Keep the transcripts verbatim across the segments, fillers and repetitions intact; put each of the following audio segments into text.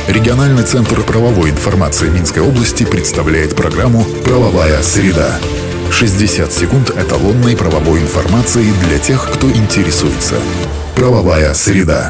Региональный центр правовой информации Минской области представляет программу «Правовая среда». шестьдесят секунд эталонной правовой информации для тех, кто интересуется. «Правовая среда».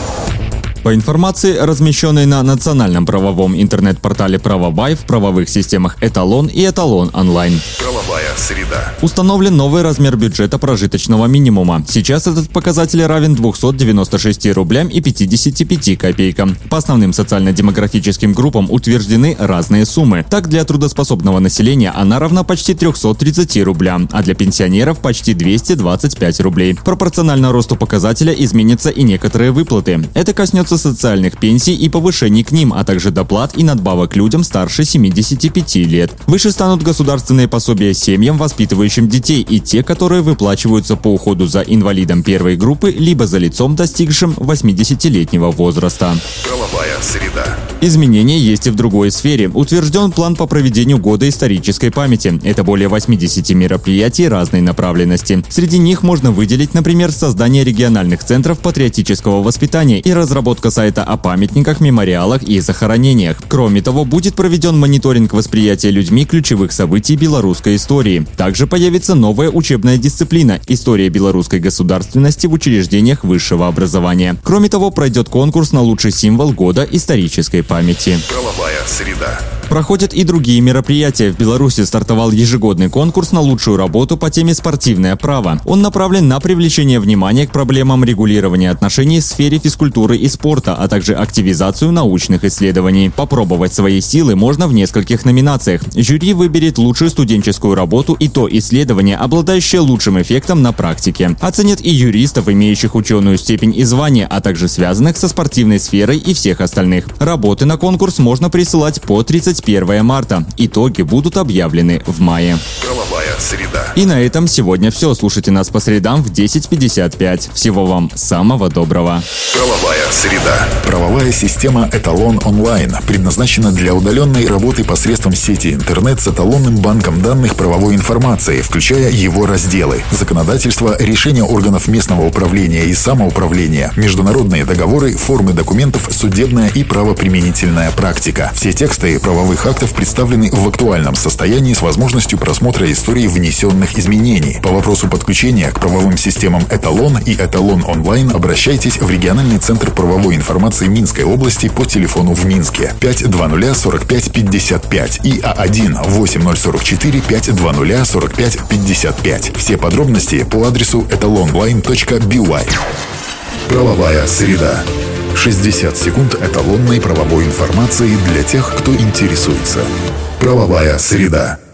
По информации, размещенной на национальном правовом интернет-портале «Правобай», в правовых системах «Эталон» и «Эталон онлайн». Правовая среда. Установлен новый размер бюджета прожиточного минимума. Сейчас этот показатель равен двухсот девяноста шести рублям и пятидесяти пяти копейкам. По основным социально-демографическим группам утверждены разные суммы. Так, для трудоспособного населения она равна почти трёмстам тридцати рублям, а для пенсионеров почти двухстам двадцати пяти рублей. Пропорционально росту показателя изменятся и некоторые выплаты. Это коснется социальных пенсий и повышений к ним, а также доплат и надбавок людям старше семидесяти пяти лет. Выше станут государственные пособия семьям, воспитывающим детей, и те, которые выплачиваются по уходу за инвалидом первой группы, либо за лицом, достигшим восьмидесятилетнего возраста. Правовая среда. Изменения есть и в другой сфере. Утвержден план по проведению года исторической памяти. Это более восьмидесяти мероприятий разной направленности. Среди них можно выделить, например, создание региональных центров патриотического воспитания и разработка сайта о памятниках, мемориалах и захоронениях. Кроме того, будет проведен мониторинг восприятия людьми ключевых событий белорусской истории. Также появится новая учебная дисциплина – история белорусской государственности в учреждениях высшего образования. Кроме того, пройдет конкурс на лучший символ года исторической памяти. Правовая среда. Проходят и другие мероприятия. В Беларуси стартовал ежегодный конкурс на лучшую работу по теме «Спортивное право». Он направлен на привлечение внимания к проблемам регулирования отношений в сфере физкультуры и спорта, а также активизацию научных исследований. Попробовать свои силы можно в нескольких номинациях. Жюри выберет лучшую студенческую работу и то исследование, обладающее лучшим эффектом на практике. Оценят и юристов, имеющих ученую степень и звание, а также связанных со спортивной сферой и всех остальных. Работы на конкурс можно присылать по тридцать первого марта. Итоги будут объявлены в мае. Правовая среда. И на этом сегодня все. Слушайте нас по средам в десять пятьдесят пять. Всего вам самого доброго. Правовая среда. Правовая система «Эталон онлайн» предназначена для удаленной работы посредством сети интернет с эталонным банком данных правовой информации, включая его разделы: законодательство, решения органов местного управления и самоуправления, международные договоры, формы документов, судебная и правоприменительная практика. Все тексты правовых актов представлены в актуальном состоянии с возможностью просмотра истории внесенных изменений. По вопросу подключения к правовым системам «Эталон» и «Эталон онлайн» обращайтесь в региональный центр правовой информации Минской области по телефону в Минске пять двадцать сорок пять пятьдесят пять и А один восемь ноль сорок четыре пять двадцать сорок пять пятьдесят пять. Все подробности по адресу эталонлайн точка би уай. Правовая среда. шестьдесят секунд эталонной правовой информации для тех, кто интересуется. Правовая среда.